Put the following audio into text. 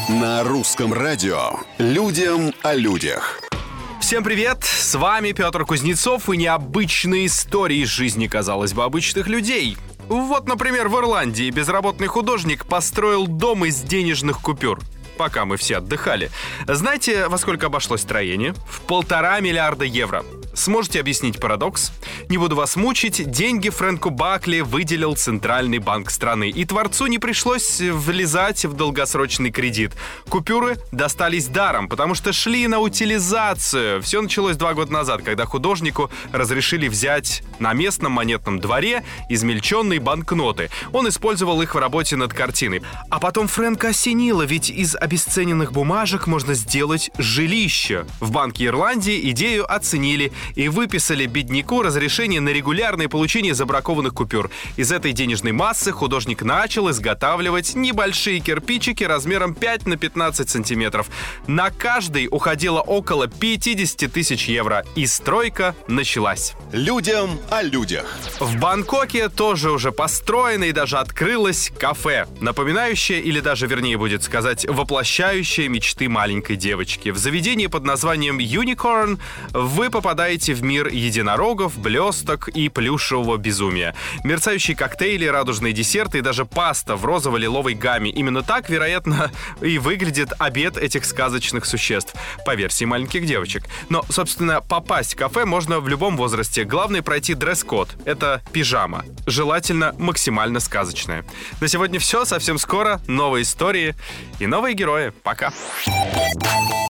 На русском радио «Людям о людях». Всем привет! С вами Петр Кузнецов и необычные истории из жизни, казалось бы, обычных людей. Вот, например, в Ирландии безработный художник построил дом из денежных купюр, пока мы все отдыхали. Знаете, во сколько обошлось строение? В 1,5 миллиарда евро. Сможете объяснить парадокс? Не буду вас мучить. Деньги Фрэнку Бакли выделил Центральный банк страны. И творцу не пришлось влезать в долгосрочный кредит. Купюры достались даром, потому что шли на утилизацию. Все началось 2 года назад, когда художнику разрешили взять на местном монетном дворе измельченные банкноты. Он использовал их в работе над картиной. А потом Фрэнка осенило, ведь из обесцененных бумажек можно сделать жилище. В Банке Ирландии идею оценили и выписали бедняку разрешение на регулярное получение забракованных купюр. Из этой денежной массы художник начал изготавливать небольшие кирпичики размером 5 на 15 сантиметров. На каждый уходило около 50 тысяч евро. И стройка началась. Людям о людях. В Бангкоке тоже уже построено и даже открылось кафе, напоминающее, или даже вернее будет сказать, воплощающее мечты маленькой девочки. В заведении под названием Unicorn вы попадаете в мир единорогов, блесток и плюшевого безумия. Мерцающие коктейли, радужные десерты и даже паста в розово-лиловой гамме. Именно так, вероятно, и выглядит обед этих сказочных существ, по версии маленьких девочек. Но, собственно, попасть в кафе можно в любом возрасте. Главное пройти дресс-код. Это пижама. Желательно максимально сказочная. На сегодня все. Совсем скоро новые истории и новые герои. Пока.